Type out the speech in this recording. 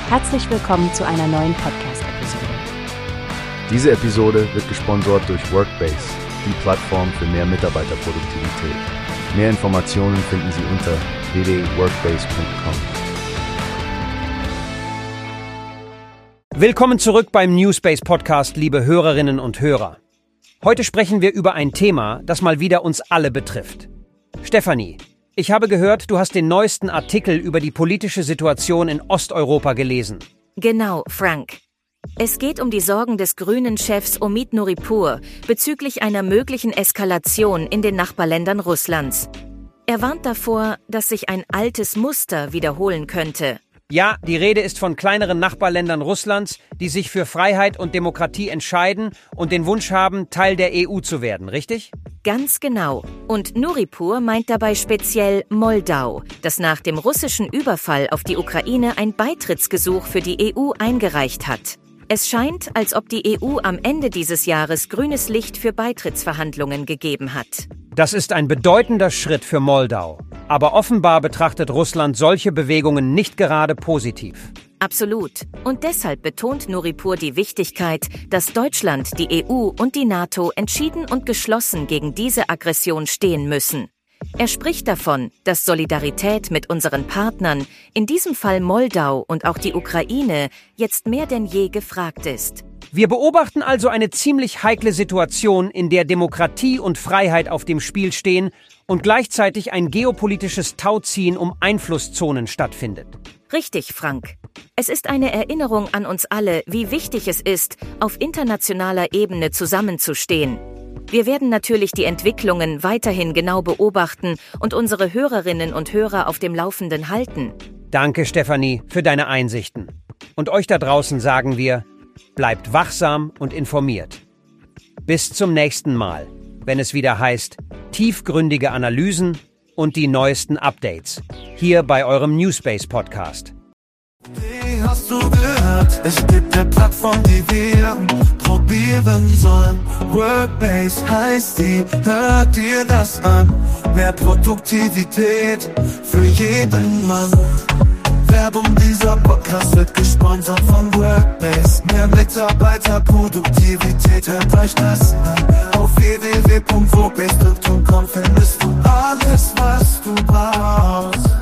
Herzlich willkommen zu einer neuen Podcast-Episode. Diese Episode wird gesponsert durch Workbase, die Plattform für mehr Mitarbeiterproduktivität. Mehr Informationen finden Sie unter www.workbase.com. Willkommen zurück beim Newspace Podcast, liebe Hörerinnen und Hörer. Heute sprechen wir über ein Thema, das mal wieder uns alle betrifft. Stefanie, ich habe gehört, du hast den neuesten Artikel über die politische Situation in Osteuropa gelesen. Genau, Frank. Es geht um die Sorgen des Grünen-Chefs Omid Nuripur bezüglich einer möglichen Eskalation in den Nachbarländern Russlands. Er warnt davor, dass sich ein altes Muster wiederholen könnte. Ja, die Rede ist von kleineren Nachbarländern Russlands, die sich für Freiheit und Demokratie entscheiden und den Wunsch haben, Teil der EU zu werden, richtig? Ganz genau. Und Nuripur meint dabei speziell Moldau, das nach dem russischen Überfall auf die Ukraine ein Beitrittsgesuch für die EU eingereicht hat. Es scheint, als ob die EU am Ende dieses Jahres grünes Licht für Beitrittsverhandlungen gegeben hat. Das ist ein bedeutender Schritt für Moldau. Aber offenbar betrachtet Russland solche Bewegungen nicht gerade positiv. Absolut. Und deshalb betont Nuripur die Wichtigkeit, dass Deutschland, die EU und die NATO entschieden und geschlossen gegen diese Aggression stehen müssen. Er spricht davon, dass Solidarität mit unseren Partnern, in diesem Fall Moldau und auch die Ukraine, jetzt mehr denn je gefragt ist. Wir beobachten also eine ziemlich heikle Situation, in der Demokratie und Freiheit auf dem Spiel stehen und gleichzeitig ein geopolitisches Tauziehen um Einflusszonen stattfindet. Richtig, Frank. Es ist eine Erinnerung an uns alle, wie wichtig es ist, auf internationaler Ebene zusammenzustehen. Wir werden natürlich die Entwicklungen weiterhin genau beobachten und unsere Hörerinnen und Hörer auf dem Laufenden halten. Danke, Stefanie, für deine Einsichten. Und euch da draußen sagen wir, bleibt wachsam und informiert. Bis zum nächsten Mal, wenn es wieder heißt, tiefgründige Analysen und die neuesten Updates. Hier bei eurem Newspace Podcast. Wie hast du gehört? Es gibt eine Plattform, die wir probieren sollen. Workbase heißt die, hört dir das an. Mehr Produktivität für jeden Mann. Werbung, dieser Podcast wird gesponsert von Workbase. Mehr Mitarbeiterproduktivität, hört euch das an. Auf www.workbase.com findest du alles, was du brauchst.